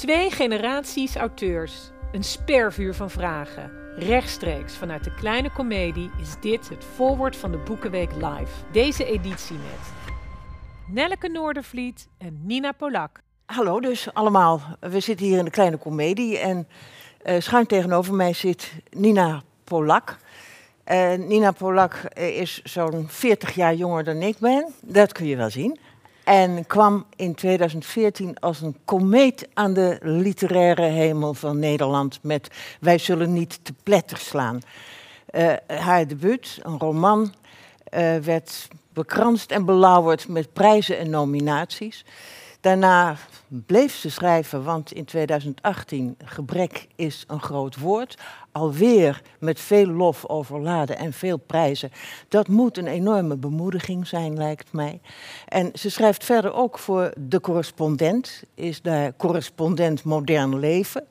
2 generaties auteurs. Een spervuur van vragen. Rechtstreeks vanuit de kleine komedie is dit het voorwoord van de Boekenweek Live. Deze editie met Nelleke Noordervliet en Nina Polak. Hallo dus allemaal. We zitten hier in de kleine komedie en schuin tegenover mij zit Nina Polak. Nina Polak is zo'n 40 jaar jonger dan ik ben. Dat kun je wel zien. En kwam in 2014 als een komeet aan de literaire hemel van Nederland met Wij zullen niet te pletter slaan. Haar debuut, een roman, werd bekranst en belauwerd met prijzen en nominaties. Daarna bleef ze schrijven, want in 2018, gebrek is een groot woord. Alweer met veel lof overladen en veel prijzen. Dat moet een enorme bemoediging zijn, lijkt mij. En ze schrijft verder ook voor De Correspondent, is de correspondent modern leven.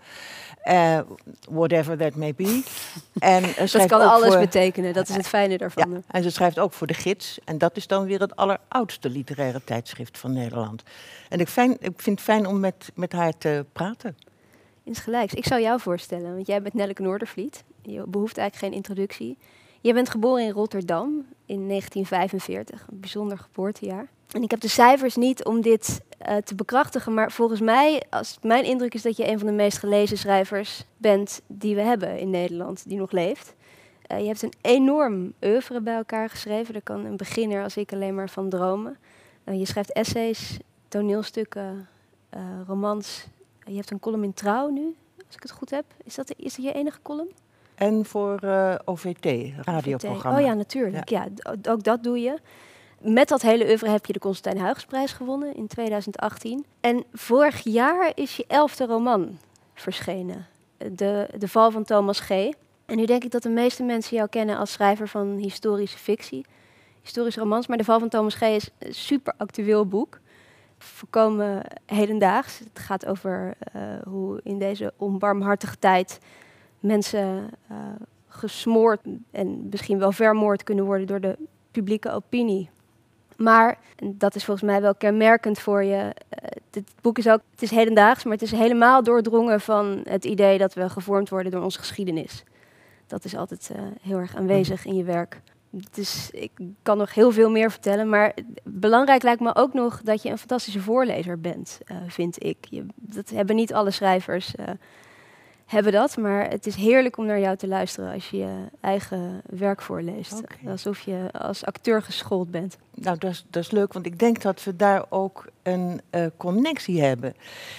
Whatever that may be. En dat kan alles betekenen, dat is het fijne daarvan. Ja, en ze schrijft ook voor De Gids. En dat is dan weer het alleroudste literaire tijdschrift van Nederland. En ik vind het fijn om met haar te praten. Insgelijks. Ik zou jou voorstellen, want jij bent Nelleke Noordervliet. Je behoeft eigenlijk geen introductie. Je bent geboren in Rotterdam in 1945, een bijzonder geboortejaar. En ik heb de cijfers niet om dit te bekrachtigen, maar volgens mij, mijn indruk is dat je een van de meest gelezen schrijvers bent die we hebben in Nederland, die nog leeft. Je hebt een enorm oeuvre bij elkaar geschreven, daar kan een beginner als ik alleen maar van dromen. Je schrijft essays, toneelstukken, romans. Je hebt een column in Trouw nu, als ik het goed heb. Is dat je enige column? En voor OVT, radioprogramma. Oh ja, natuurlijk. Ja, ook dat doe je. Met dat hele oeuvre heb je de Constantijn Huygensprijs gewonnen in 2018. En vorig jaar is je 11e roman verschenen. De Val van Thomas G. En nu denk ik dat de meeste mensen jou kennen als schrijver van historische fictie. Historische romans. Maar De Val van Thomas G is een super actueel boek. Volkomen hedendaags. Het gaat over hoe in deze onbarmhartige tijd mensen gesmoord en misschien wel vermoord kunnen worden door de publieke opinie. Maar, en dat is volgens mij wel kenmerkend voor je, dit boek is ook, het is hedendaags, maar het is helemaal doordrongen van het idee dat we gevormd worden door onze geschiedenis. Dat is altijd heel erg aanwezig in je werk. Dus ik kan nog heel veel meer vertellen, maar belangrijk lijkt me ook nog dat je een fantastische voorlezer bent, vind ik. Dat hebben niet alle schrijvers, hebben dat, maar het is heerlijk om naar jou te luisteren als je je eigen werk voorleest. Okay. Alsof je als acteur geschoold bent. Nou, dat is leuk, want ik denk dat we daar ook een connectie hebben.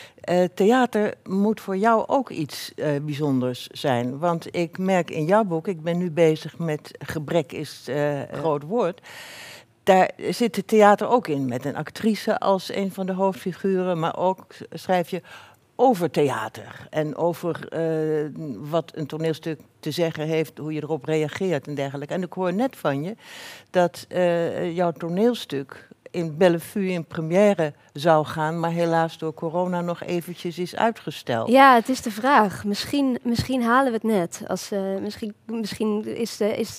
Theater moet voor jou ook iets bijzonders zijn. Want ik merk in jouw boek, ik ben nu bezig met Gebrek is groot woord. Daar zit het theater ook in, met een actrice als een van de hoofdfiguren. Maar ook schrijf je over theater en over wat een toneelstuk te zeggen heeft, hoe je erop reageert en dergelijke. En ik hoor net van je dat jouw toneelstuk in Bellevue in première zou gaan, maar helaas door corona nog eventjes is uitgesteld. Ja, het is de vraag. Misschien halen we het net. Misschien is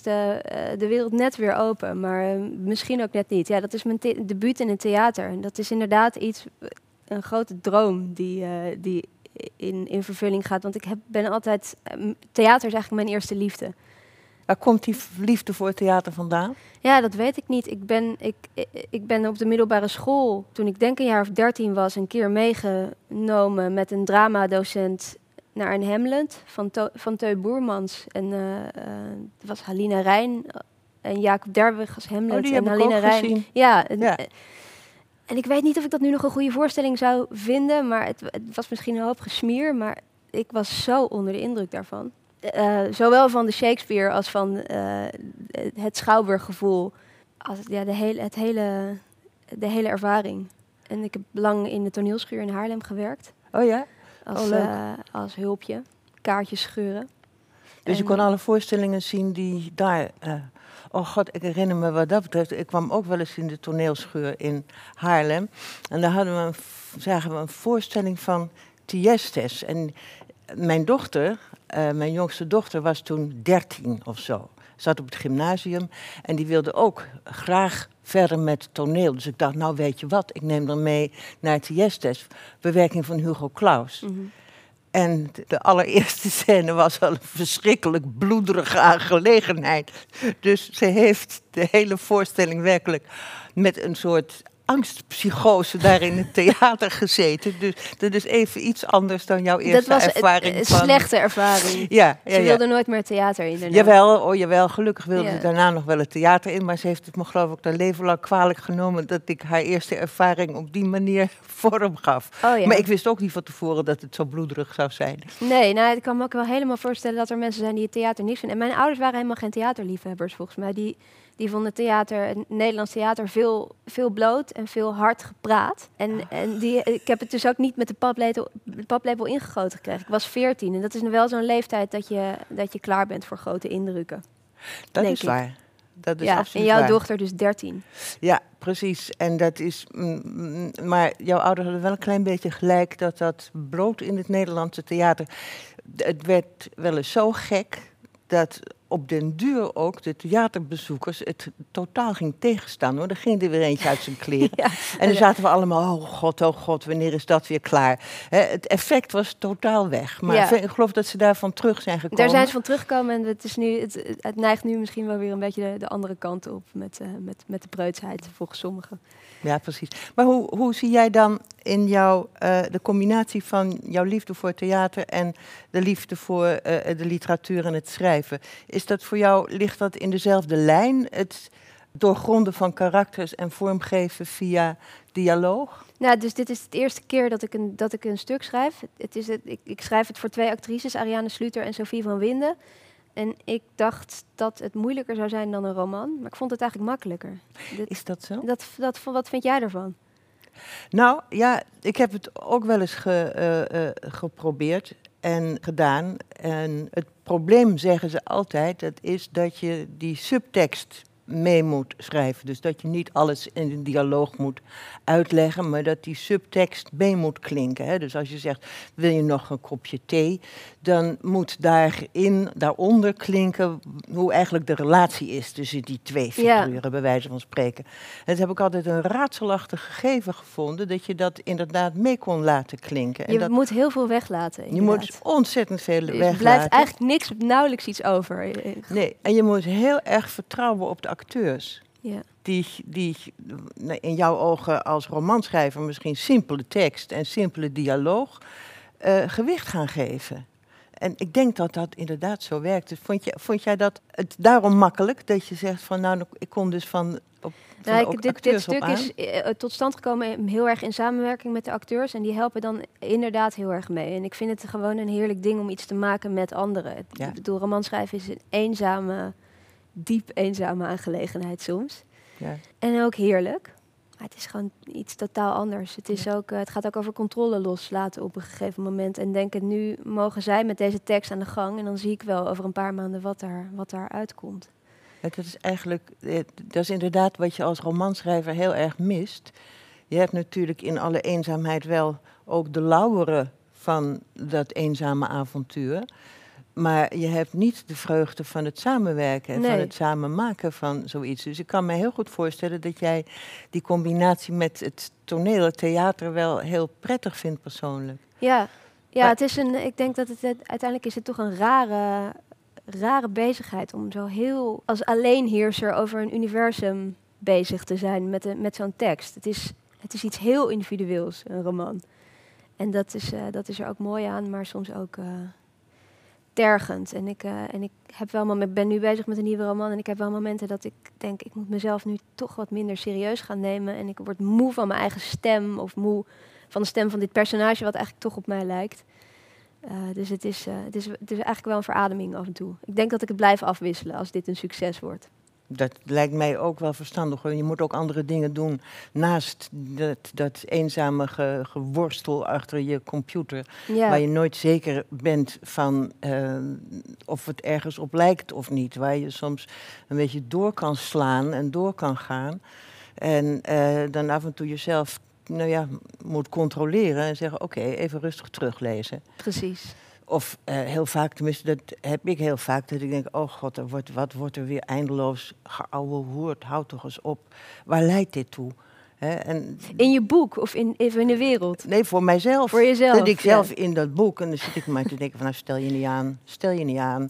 de wereld net weer open, maar misschien ook net niet. Ja, dat is mijn debuut in het theater. En dat is inderdaad een grote droom die in vervulling gaat. Want ben altijd... Theater is eigenlijk mijn eerste liefde. Waar komt die liefde voor het theater vandaan? Ja, dat weet ik niet. Ik ben op de middelbare school, toen ik denk een jaar of 13 was, een keer meegenomen met een dramadocent naar een Hamlet van Teu Boermans. En dat was Halina Rijn en Jacob Derwig als Hamlet. Die en Halina Rijn. Gezien. Ja. En ik weet niet of ik dat nu nog een goede voorstelling zou vinden, maar het was misschien een hoop gesmier, maar ik was zo onder de indruk daarvan. Zowel van de Shakespeare als van het Schouwburggevoel, als de hele ervaring. En ik heb lang in de toneelschuur in Haarlem gewerkt. Oh ja? Als hulpje, kaartjes scheuren. Dus je kon alle voorstellingen zien die daar... Oh god, ik herinner me wat dat betreft. Ik kwam ook wel eens in de toneelschuur in Haarlem. En daar zagen we een voorstelling van Thyestes. En mijn dochter, mijn jongste dochter, was toen 13 of zo. zat op het gymnasium en die wilde ook graag verder met toneel. Dus ik dacht, nou weet je wat, ik neem dan mee naar het Thyestes, bewerking van Hugo Claus. Mhm. En de allereerste scène was al een verschrikkelijk bloederige aangelegenheid. Dus ze heeft de hele voorstelling werkelijk met een soort angstpsychose daar in het theater gezeten. Dus dat is even iets anders dan jouw eerste ervaring. Dat was een slechte ervaring. Ja, Ze wilde nooit meer theater in. Daarna. Jawel, gelukkig wilde Ja. ze daarna nog wel het theater in. Maar ze heeft het me geloof ik haar leven lang kwalijk genomen dat ik haar eerste ervaring op die manier vorm gaf. Oh, ja. Maar ik wist ook niet van tevoren dat het zo bloederig zou zijn. Nee, nou, ik kan me ook wel helemaal voorstellen dat er mensen zijn die het theater niks vinden. En mijn ouders waren helemaal geen theaterliefhebbers volgens mij. Die vonden theater, het Nederlands theater, veel bloot en veel hard gepraat. En ik heb het dus ook niet met de paplepel ingegoten gekregen. Ik was 14 en dat is nu wel zo'n leeftijd dat je klaar bent voor grote indrukken. Dat Denk is ik. waar. Dat is Ja, absoluut en jouw waar. dochter dus 13. Ja, precies. En dat is. Maar jouw ouders hadden wel een klein beetje gelijk dat bloot in het Nederlandse theater. Het werd wel eens zo gek dat op den duur ook de theaterbezoekers het totaal ging tegenstaan. Hoor. Er ging er weer eentje uit zijn kleren. Ja. En dan zaten we allemaal, oh god, wanneer is dat weer klaar? Het effect was totaal weg. Maar Ja. ik geloof dat ze daarvan terug zijn gekomen. Daar zijn ze van teruggekomen en het neigt nu misschien wel weer een beetje de andere kant op met de preutsheid volgens sommigen. Ja, precies. Maar hoe zie jij dan in de combinatie van jouw liefde voor theater en de liefde voor de literatuur en het schrijven? Is dat voor jou, ligt dat in dezelfde lijn? Het doorgronden van karakters en vormgeven via dialoog? Nou, dus dit is de eerste keer dat ik een stuk schrijf. Ik schrijf het voor 2 actrices, Ariane Sluter en Sophie van Winden. En ik dacht dat het moeilijker zou zijn dan een roman, maar ik vond het eigenlijk makkelijker. Is dat zo? Wat vind jij ervan? Nou ja, ik heb het ook wel eens geprobeerd en gedaan. En het probleem, zeggen ze altijd, dat is dat je die subtekst mee moet schrijven. Dus dat je niet alles in een dialoog moet uitleggen, maar dat die subtekst mee moet klinken. Hè? Dus als je zegt, wil je nog een kopje thee, dan moet daaronder klinken hoe eigenlijk de relatie is tussen die 2 figuren, bij wijze van spreken. En dat heb ik altijd een raadselachtig gegeven gevonden, dat je dat inderdaad mee kon laten klinken. En Je moet heel veel weglaten, je inderdaad. moet ontzettend veel weglaten. Er blijft eigenlijk nauwelijks iets over. Nee, en je moet heel erg vertrouwen op de acteurs. Ja. Die in jouw ogen als romanschrijver misschien simpele tekst en simpele dialoog gewicht gaan geven. En ik denk dat dat inderdaad zo werkt. Dus vond jij dat het daarom makkelijk dat je zegt van nou, ik kom dus van Dit stuk is tot stand gekomen heel erg in samenwerking met de acteurs. En die helpen dan inderdaad heel erg mee. En ik vind het gewoon een heerlijk ding om iets te maken met anderen. Ja. Ik bedoel, romanschrijven is een diep eenzame aangelegenheid soms. Ja. En ook heerlijk. Maar het is gewoon iets totaal anders. Het gaat ook over controle loslaten op een gegeven moment. En denken, nu mogen zij met deze tekst aan de gang. En dan zie ik wel over een paar maanden wat daar uitkomt. Dat is inderdaad wat je als romanschrijver heel erg mist. Je hebt natuurlijk in alle eenzaamheid wel ook de lauweren van dat eenzame avontuur. Maar je hebt niet de vreugde van het samenwerken en van het samen maken van zoiets. Dus ik kan me heel goed voorstellen dat jij die combinatie met het toneel, het theater, wel heel prettig vindt persoonlijk. Ja, ik denk dat uiteindelijk is het toch een rare bezigheid om zo heel als alleenheerser over een universum bezig te zijn met zo'n tekst. Het is iets heel individueels, een roman. En dat is er ook mooi aan, maar soms ook tergend. En ik ben nu bezig met een nieuwe roman en ik heb wel momenten dat ik denk, ik moet mezelf nu toch wat minder serieus gaan nemen. En ik word moe van mijn eigen stem of moe van de stem van dit personage wat eigenlijk toch op mij lijkt. Dus het is eigenlijk wel een verademing af en toe. Ik denk dat ik het blijf afwisselen als dit een succes wordt. Dat lijkt mij ook wel verstandig. Je moet ook andere dingen doen naast dat eenzame geworstel achter je computer. Ja. Waar je nooit zeker bent van of het ergens op lijkt of niet. Waar je soms een beetje door kan slaan en door kan gaan. En dan af en toe jezelf moet controleren en zeggen, oké, even rustig teruglezen. Precies. Of heel vaak, tenminste dat heb ik heel vaak, dat ik denk, oh god, wat wordt er weer eindeloos geouwehoerd, houd toch eens op. Waar leidt dit toe? En in je boek of even in de wereld? nee, voor mijzelf. Voor jezelf? Dat ik zelf in dat boek, en dan zit ik maar te denken van, nou, stel je niet aan.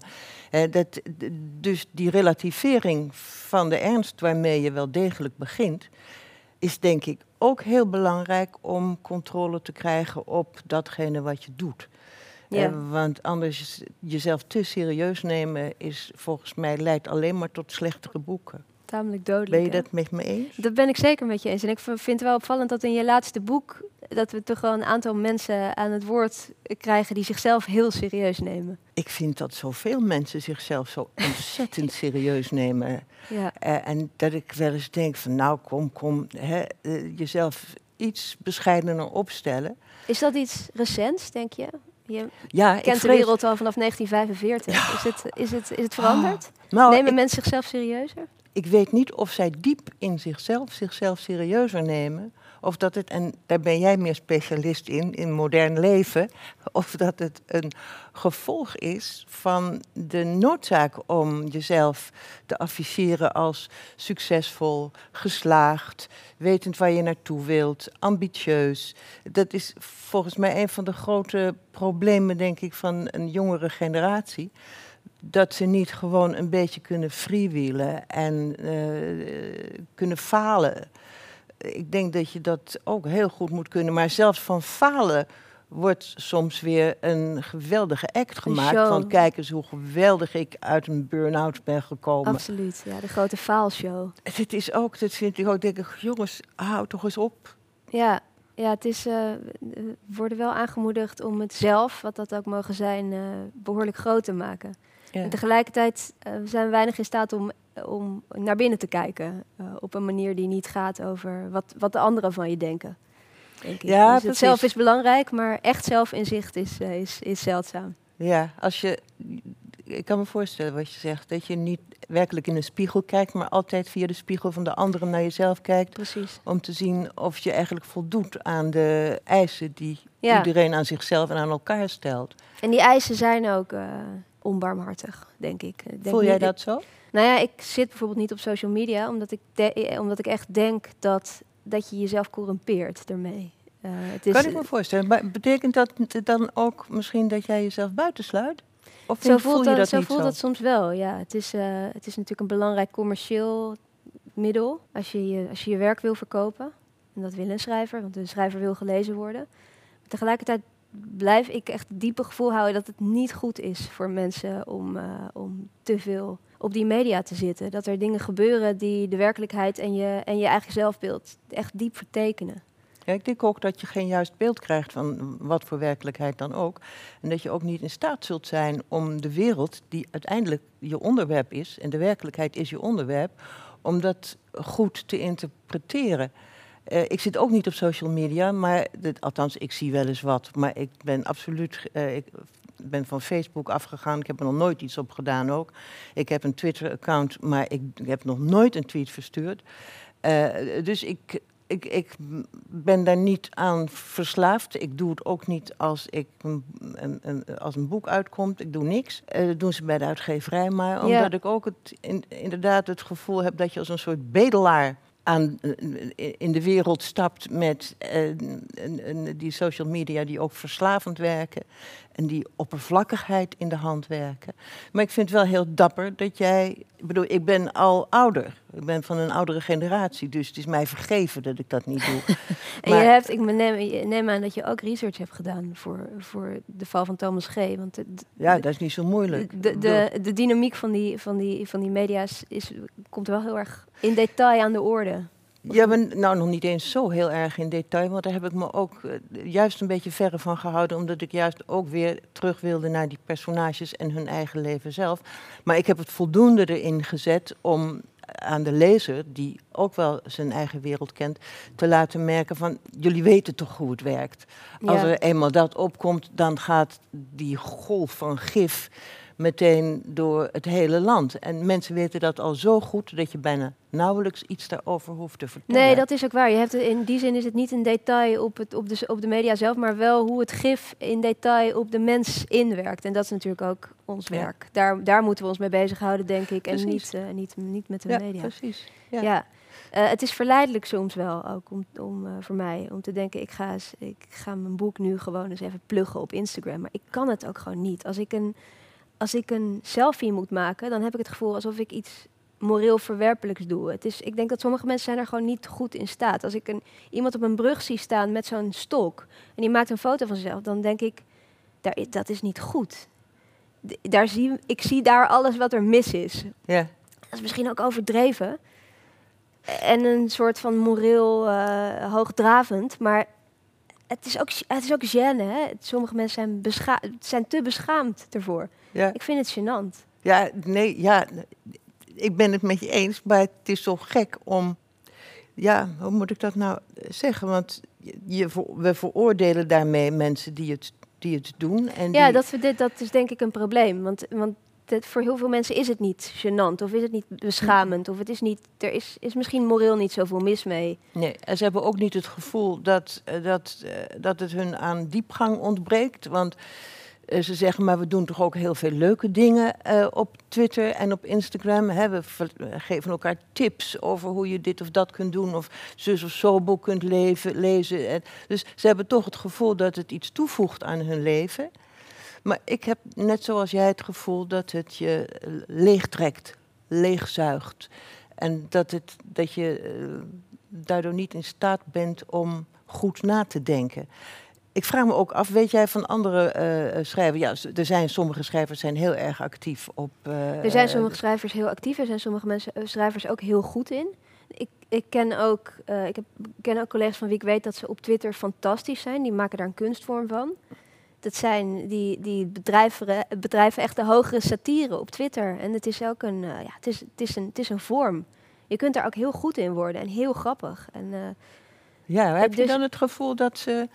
Dus die relativering van de ernst waarmee je wel degelijk begint, is denk ik ook heel belangrijk om controle te krijgen op datgene wat je doet. Ja. Want anders jezelf te serieus nemen is volgens mij leidt alleen maar tot slechtere boeken. Tamelijk dodelijk. Ben je dat met me eens? Dat ben ik zeker met je eens. En ik vind het wel opvallend dat in je laatste boek dat we toch wel een aantal mensen aan het woord krijgen die zichzelf heel serieus nemen. Ik vind dat zoveel mensen zichzelf zo ontzettend serieus nemen. Ja. En dat ik wel eens denk van nou kom, jezelf iets bescheidener opstellen. Is dat iets recents, denk je? Je Ja, kent de wereld al vanaf 1945. Ja. Is het veranderd? Nemen mensen zichzelf serieuzer? Ik weet niet of zij diep in zichzelf serieuzer nemen. Of dat het, en daar ben jij meer specialist in modern leven, of dat het een gevolg is van de noodzaak om jezelf te afficheren als succesvol, geslaagd, wetend waar je naartoe wilt, ambitieus. Dat is volgens mij een van de grote problemen, denk ik, van een jongere generatie. Dat ze niet gewoon een beetje kunnen freewheelen en kunnen falen. Ik denk dat je dat ook heel goed moet kunnen. Maar zelfs van falen wordt soms weer een geweldige act gemaakt. Van kijk eens hoe geweldig ik uit een burn-out ben gekomen. Absoluut, ja, de grote faalshow. Het is ook, dat vind ik ook, denk ik, jongens, hou toch eens op. Ja, het is, we worden wel aangemoedigd om het zelf, wat dat ook mogen zijn, behoorlijk groot te maken. Ja. En tegelijkertijd zijn we weinig in staat om naar binnen te kijken. Op een manier die niet gaat over wat de anderen van je denken. Denk ik. Ja, dus het zelf is belangrijk, maar echt zelfinzicht is zeldzaam. Ja, ik kan me voorstellen wat je zegt. Dat je niet werkelijk in een spiegel kijkt, maar altijd via de spiegel van de anderen naar jezelf kijkt. Precies. Om te zien of je eigenlijk voldoet aan de eisen die iedereen aan zichzelf en aan elkaar stelt. En die eisen zijn ook onbarmhartig, denk ik. Voel jij dat zo? Nou ja, ik zit bijvoorbeeld niet op social media, omdat ik echt denk dat je jezelf corrumpeert ermee. Kan ik me voorstellen. Maar betekent dat dan ook misschien dat jij jezelf buitensluit? Of zo voelt je dat zo niet voelt zo? dat soms wel, ja. Het is natuurlijk een belangrijk commercieel middel als je werk wil verkopen. En dat wil een schrijver, want een schrijver wil gelezen worden. Maar tegelijkertijd blijf ik echt het diepe gevoel houden dat het niet goed is voor mensen om te veel op die media te zitten. Dat er dingen gebeuren die de werkelijkheid en je eigen zelfbeeld echt diep vertekenen. Ja, ik denk ook dat je geen juist beeld krijgt van wat voor werkelijkheid dan ook. En dat je ook niet in staat zult zijn om de wereld, die uiteindelijk je onderwerp is, en de werkelijkheid is je onderwerp, om dat goed te interpreteren. Ik zit ook niet op social media, maar althans, ik zie wel eens wat. Maar ik ben absoluut, ik ben van Facebook afgegaan. Ik heb er nog nooit iets op gedaan ook. Ik heb een Twitter-account, maar ik heb nog nooit een tweet verstuurd. Dus ik ben daar niet aan verslaafd. Ik doe het ook niet als als een boek uitkomt. Ik doe niks. Dat doen ze bij de uitgeverij maar. Omdat ik ook inderdaad het gevoel heb dat je als een soort bedelaar in de wereld stapt met die social media die ook verslavend werken en die oppervlakkigheid in de hand werken. Maar ik vind het wel heel dapper dat ik ben al ouder. Ik ben van een oudere generatie, dus het is mij vergeven dat ik dat niet doe. En ik neem aan dat je ook research hebt gedaan voor de val van Thomas G. Want dat is niet zo moeilijk. De dynamiek van die media's komt wel heel erg in detail aan de orde. Ja, maar nog niet eens zo heel erg in detail, want daar heb ik me ook juist een beetje verre van gehouden, omdat ik juist ook weer terug wilde naar die personages en hun eigen leven zelf. Maar ik heb het voldoende erin gezet om aan de lezer, die ook wel zijn eigen wereld kent, te laten merken van, jullie weten toch hoe het werkt. Als er eenmaal dat opkomt, dan gaat die golf van gif meteen door het hele land. En mensen weten dat al zo goed dat je bijna nauwelijks iets daarover hoeft te vertellen. Nee, dat is ook waar. Je hebt in die zin is het niet een detail op de media zelf, maar wel hoe het gif in detail op de mens inwerkt. En dat is natuurlijk ook ons werk. Daar moeten we ons mee bezighouden, denk ik. Precies. En niet met de media. Precies. Ja. Het is verleidelijk soms wel ook voor mij om te denken, ik ga mijn boek nu gewoon eens even pluggen op Instagram. Maar ik kan het ook gewoon niet. Als ik een selfie moet maken, dan heb ik het gevoel alsof ik iets moreel verwerpelijks doe. Ik denk dat sommige mensen zijn er gewoon niet goed in staat. Als ik iemand op een brug zie staan met zo'n stok en die maakt een foto van zichzelf, dan denk ik, dat is niet goed. Ik zie daar alles wat er mis is. Ja. Dat is misschien ook overdreven. En een soort van moreel hoogdravend, maar het is ook gêne. Hè? Sommige mensen zijn te beschaamd ervoor. Ja. Ik vind het gênant. Ja, ik ben het met je eens, maar het is zo gek om... Ja, hoe moet ik dat nou zeggen? Want we veroordelen daarmee mensen die het doen. En dat is denk ik een probleem. Want voor heel veel mensen is het niet gênant of is het niet beschamend. Of het is niet, is misschien moreel niet zoveel mis mee. Nee, en ze hebben ook niet het gevoel dat het hun aan diepgang ontbreekt. Want ze zeggen, maar we doen toch ook heel veel leuke dingen op Twitter en op Instagram. Hè? We geven elkaar tips over hoe je dit of dat kunt doen. Of zus of zo boek kunt lezen. Dus ze hebben toch het gevoel dat het iets toevoegt aan hun leven. Maar ik heb net zoals jij het gevoel dat het je leegtrekt, leegzuigt. En dat je daardoor niet in staat bent om goed na te denken. Ik vraag me ook af, weet jij van andere schrijvers... Ja, sommige schrijvers zijn heel erg actief op... Er zijn sommige schrijvers heel actief, er zijn sommige schrijvers ook heel goed in. Ik ken ook collega's van wie ik weet dat ze op Twitter fantastisch zijn. Die maken daar een kunstvorm van. Dat zijn die bedrijven echt de hogere satire op Twitter. En het is ook het is een vorm. Je kunt daar ook heel goed in worden en heel grappig. En, heb je dan het gevoel dat ze...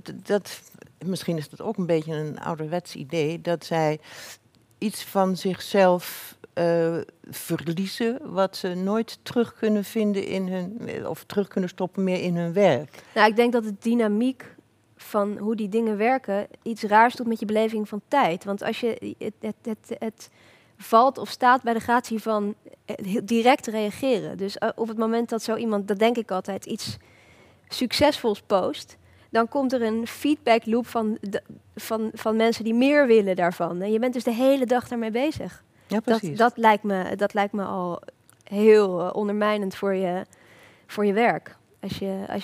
Misschien is dat ook een beetje een ouderwets idee... dat zij iets van zichzelf verliezen... wat ze nooit terug kunnen vinden of terug kunnen stoppen meer in hun werk. Nou, ik denk dat de dynamiek van hoe die dingen werken iets raars doet met je beleving van tijd. Want als je het valt of staat bij de gratie van direct reageren. Dus op het moment dat zo iemand, dat denk ik altijd, iets succesvols post, dan komt er een feedback loop van mensen die meer willen daarvan. En je bent dus de hele dag daarmee bezig. Ja, precies. Dat lijkt me al heel ondermijnend voor je werk. Als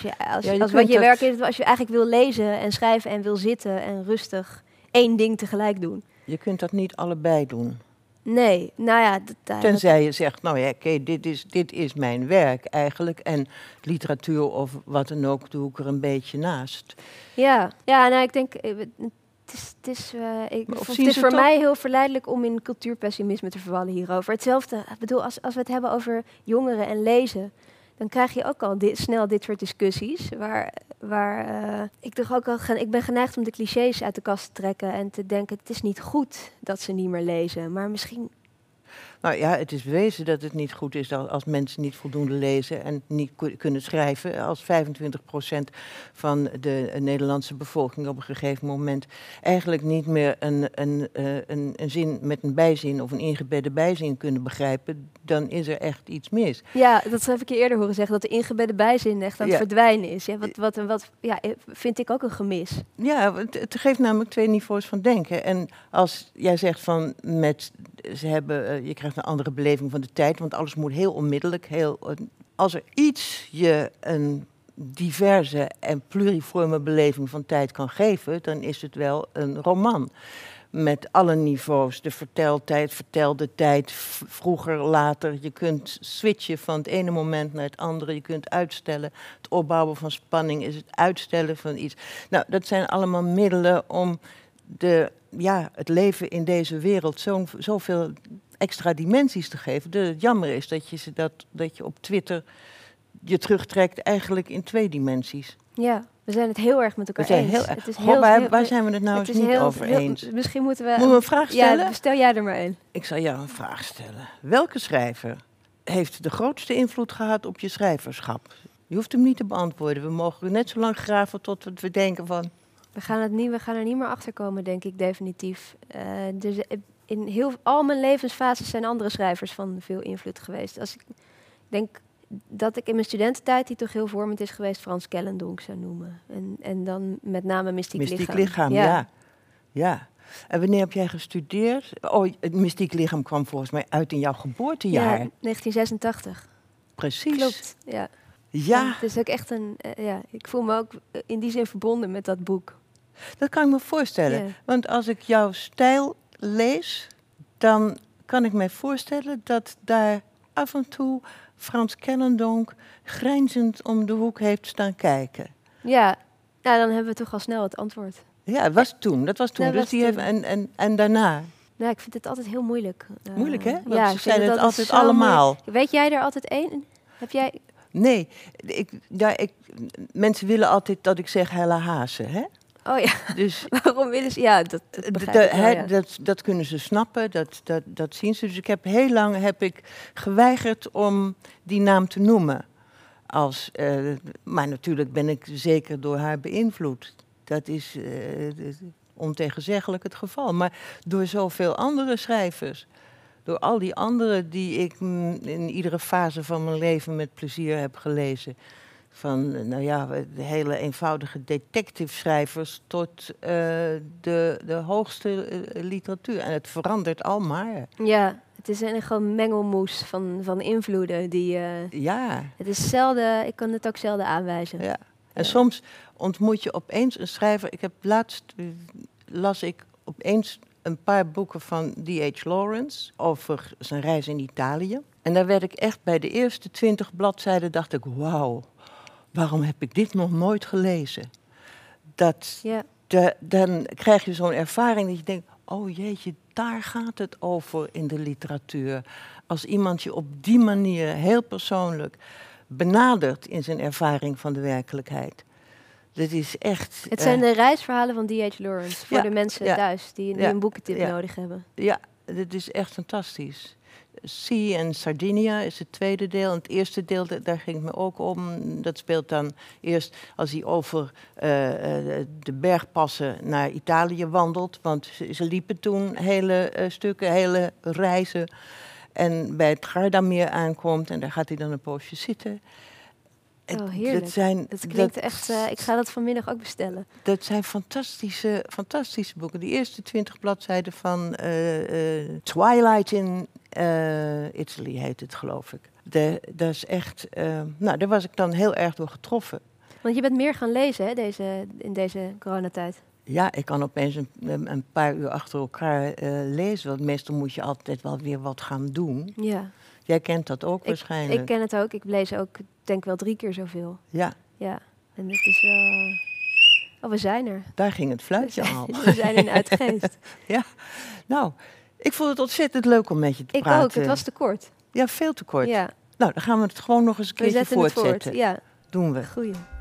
je eigenlijk wil lezen en schrijven en wil zitten en rustig één ding tegelijk doen. Je kunt dat niet allebei doen. Nee, nou ja... Tenzij je zegt, nou ja, oké, dit is mijn werk eigenlijk. En literatuur of wat dan ook doe ik er een beetje naast. Ja, nou ik denk... Het is voor mij heel verleidelijk om in cultuurpessimisme te vervallen hierover. Hetzelfde, ik bedoel, als we het hebben over jongeren en lezen, dan krijg je ook al snel dit soort discussies. Waar ik ben geneigd om de clichés uit de kast te trekken en te denken, het is niet goed dat ze niet meer lezen. Maar misschien... Nou ja, het is bewezen dat het niet goed is als mensen niet voldoende lezen en niet kunnen schrijven. Als 25% van de Nederlandse bevolking op een gegeven moment eigenlijk niet meer een zin met een bijzin of een ingebedde bijzin kunnen begrijpen, dan is er echt iets mis. Ja, dat heb ik je eerder horen zeggen, dat de ingebedde bijzin echt aan het verdwijnen is. Ja, wat vind ik ook een gemis. Ja, het geeft namelijk twee niveaus van denken. En als jij zegt van je krijgt een andere beleving van de tijd, want alles moet heel onmiddellijk. Als er iets je een diverse en pluriforme beleving van tijd kan geven, dan is het wel een roman. Met alle niveaus, de verteltijd, vertelde tijd, vroeger, later. Je kunt switchen van het ene moment naar het andere. Je kunt uitstellen. Het opbouwen van spanning is het uitstellen van iets. Nou, dat zijn allemaal middelen om het leven in deze wereld zoveel extra dimensies te geven. Het jammer is dat je op Twitter je terugtrekt eigenlijk in 2 dimensies. Ja, We zijn het heel erg met elkaar eens. Het is waar zijn we het nou eens niet over eens? Misschien moeten we... Moeten we een vraag stellen? Ja, stel jij er maar een. Ik zal jou een vraag stellen. Welke schrijver heeft de grootste invloed gehad op je schrijverschap? Je hoeft hem niet te beantwoorden. We mogen net zo lang graven tot we denken van... We gaan er niet meer achter komen, denk ik, definitief. Dus in al mijn levensfases zijn andere schrijvers van veel invloed geweest. Als ik denk dat ik in mijn studententijd, die toch heel vormend is geweest, Frans Kellendonk zou noemen. En dan met name Mystiek Lichaam. Ja. En wanneer heb jij gestudeerd? Oh, het Mystiek Lichaam kwam volgens mij uit in jouw geboortejaar. Ja, 1986. Precies. Klopt, ja. Ja. Het is ook echt ik voel me ook in die zin verbonden met dat boek. Dat kan ik me voorstellen. Ja. Want als ik jouw stijl lees, dan kan ik me voorstellen dat daar af en toe Frans Kellendonk grijnzend om de hoek heeft staan kijken. Ja, dan hebben we toch al snel het antwoord. Ja, dat was toen. En daarna? Nou, ik vind het altijd heel moeilijk. Moeilijk, hè? Want ja, ze zijn het altijd zo allemaal. moeilijk. Weet jij er altijd één? Heb jij... Nee, mensen willen altijd dat ik zeg Hella Haase, hè? Oh ja, dus, waarom willen ze... Ja, dat begrijp ik wel, dat kunnen ze snappen, dat zien ze. Dus heel lang heb ik geweigerd om die naam te noemen. Maar natuurlijk ben ik zeker door haar beïnvloed. Dat is ontegenzeggelijk het geval. Maar door zoveel andere schrijvers... Door al die anderen die ik in iedere fase van mijn leven met plezier heb gelezen. Van de hele eenvoudige detective-schrijvers tot de hoogste literatuur. En het verandert al maar. Ja, het is gewoon mengelmoes van invloeden. Het is zelden, ik kan het ook zelden aanwijzen. Ja. En soms ontmoet je opeens een schrijver. Las ik opeens een paar boeken van D.H. Lawrence over zijn reis in Italië. En daar werd ik echt bij de eerste 20 bladzijden dacht ik, wauw, waarom heb ik dit nog nooit gelezen? Dan krijg je zo'n ervaring dat je denkt, oh jeetje, daar gaat het over in de literatuur. Als iemand je op die manier heel persoonlijk benadert in zijn ervaring van de werkelijkheid. Dat is echt... Het zijn de reisverhalen van D.H. Lawrence voor de mensen thuis die een boekentip nodig hebben. Ja, dat is echt fantastisch. Sea en Sardinia is het tweede deel. En het eerste deel, daar ging het me ook om. Dat speelt dan eerst als hij over de bergpassen naar Italië wandelt. Want ze liepen toen hele stukken, hele reizen. En bij het Gardameer aankomt en daar gaat hij dan een poosje zitten. Oh, heerlijk. Dat klinkt echt... ik ga dat vanmiddag ook bestellen. Dat zijn fantastische boeken. Die eerste 20 bladzijden van Twilight in Italy heet het, geloof ik. Dat is echt... daar was ik dan heel erg door getroffen. Want je bent meer gaan lezen, hè, in deze coronatijd. Ja, ik kan opeens een paar uur achter elkaar lezen. Want meestal moet je altijd wel weer wat gaan doen. Ja. Jij kent dat ook waarschijnlijk. Ik ken het ook. Ik lees ook, denk wel 3 keer zoveel. Ja. Ja, en het is wel... Oh, we zijn er. Daar ging het fluitje al. We zijn in uitgeest. Ja, nou, ik vond het ontzettend leuk om met je te praten. Ik ook, het was te kort. Ja, veel te kort. Ja. Nou, dan gaan we het gewoon nog eens een keertje voortzetten. Ja. Doen we. Goeie.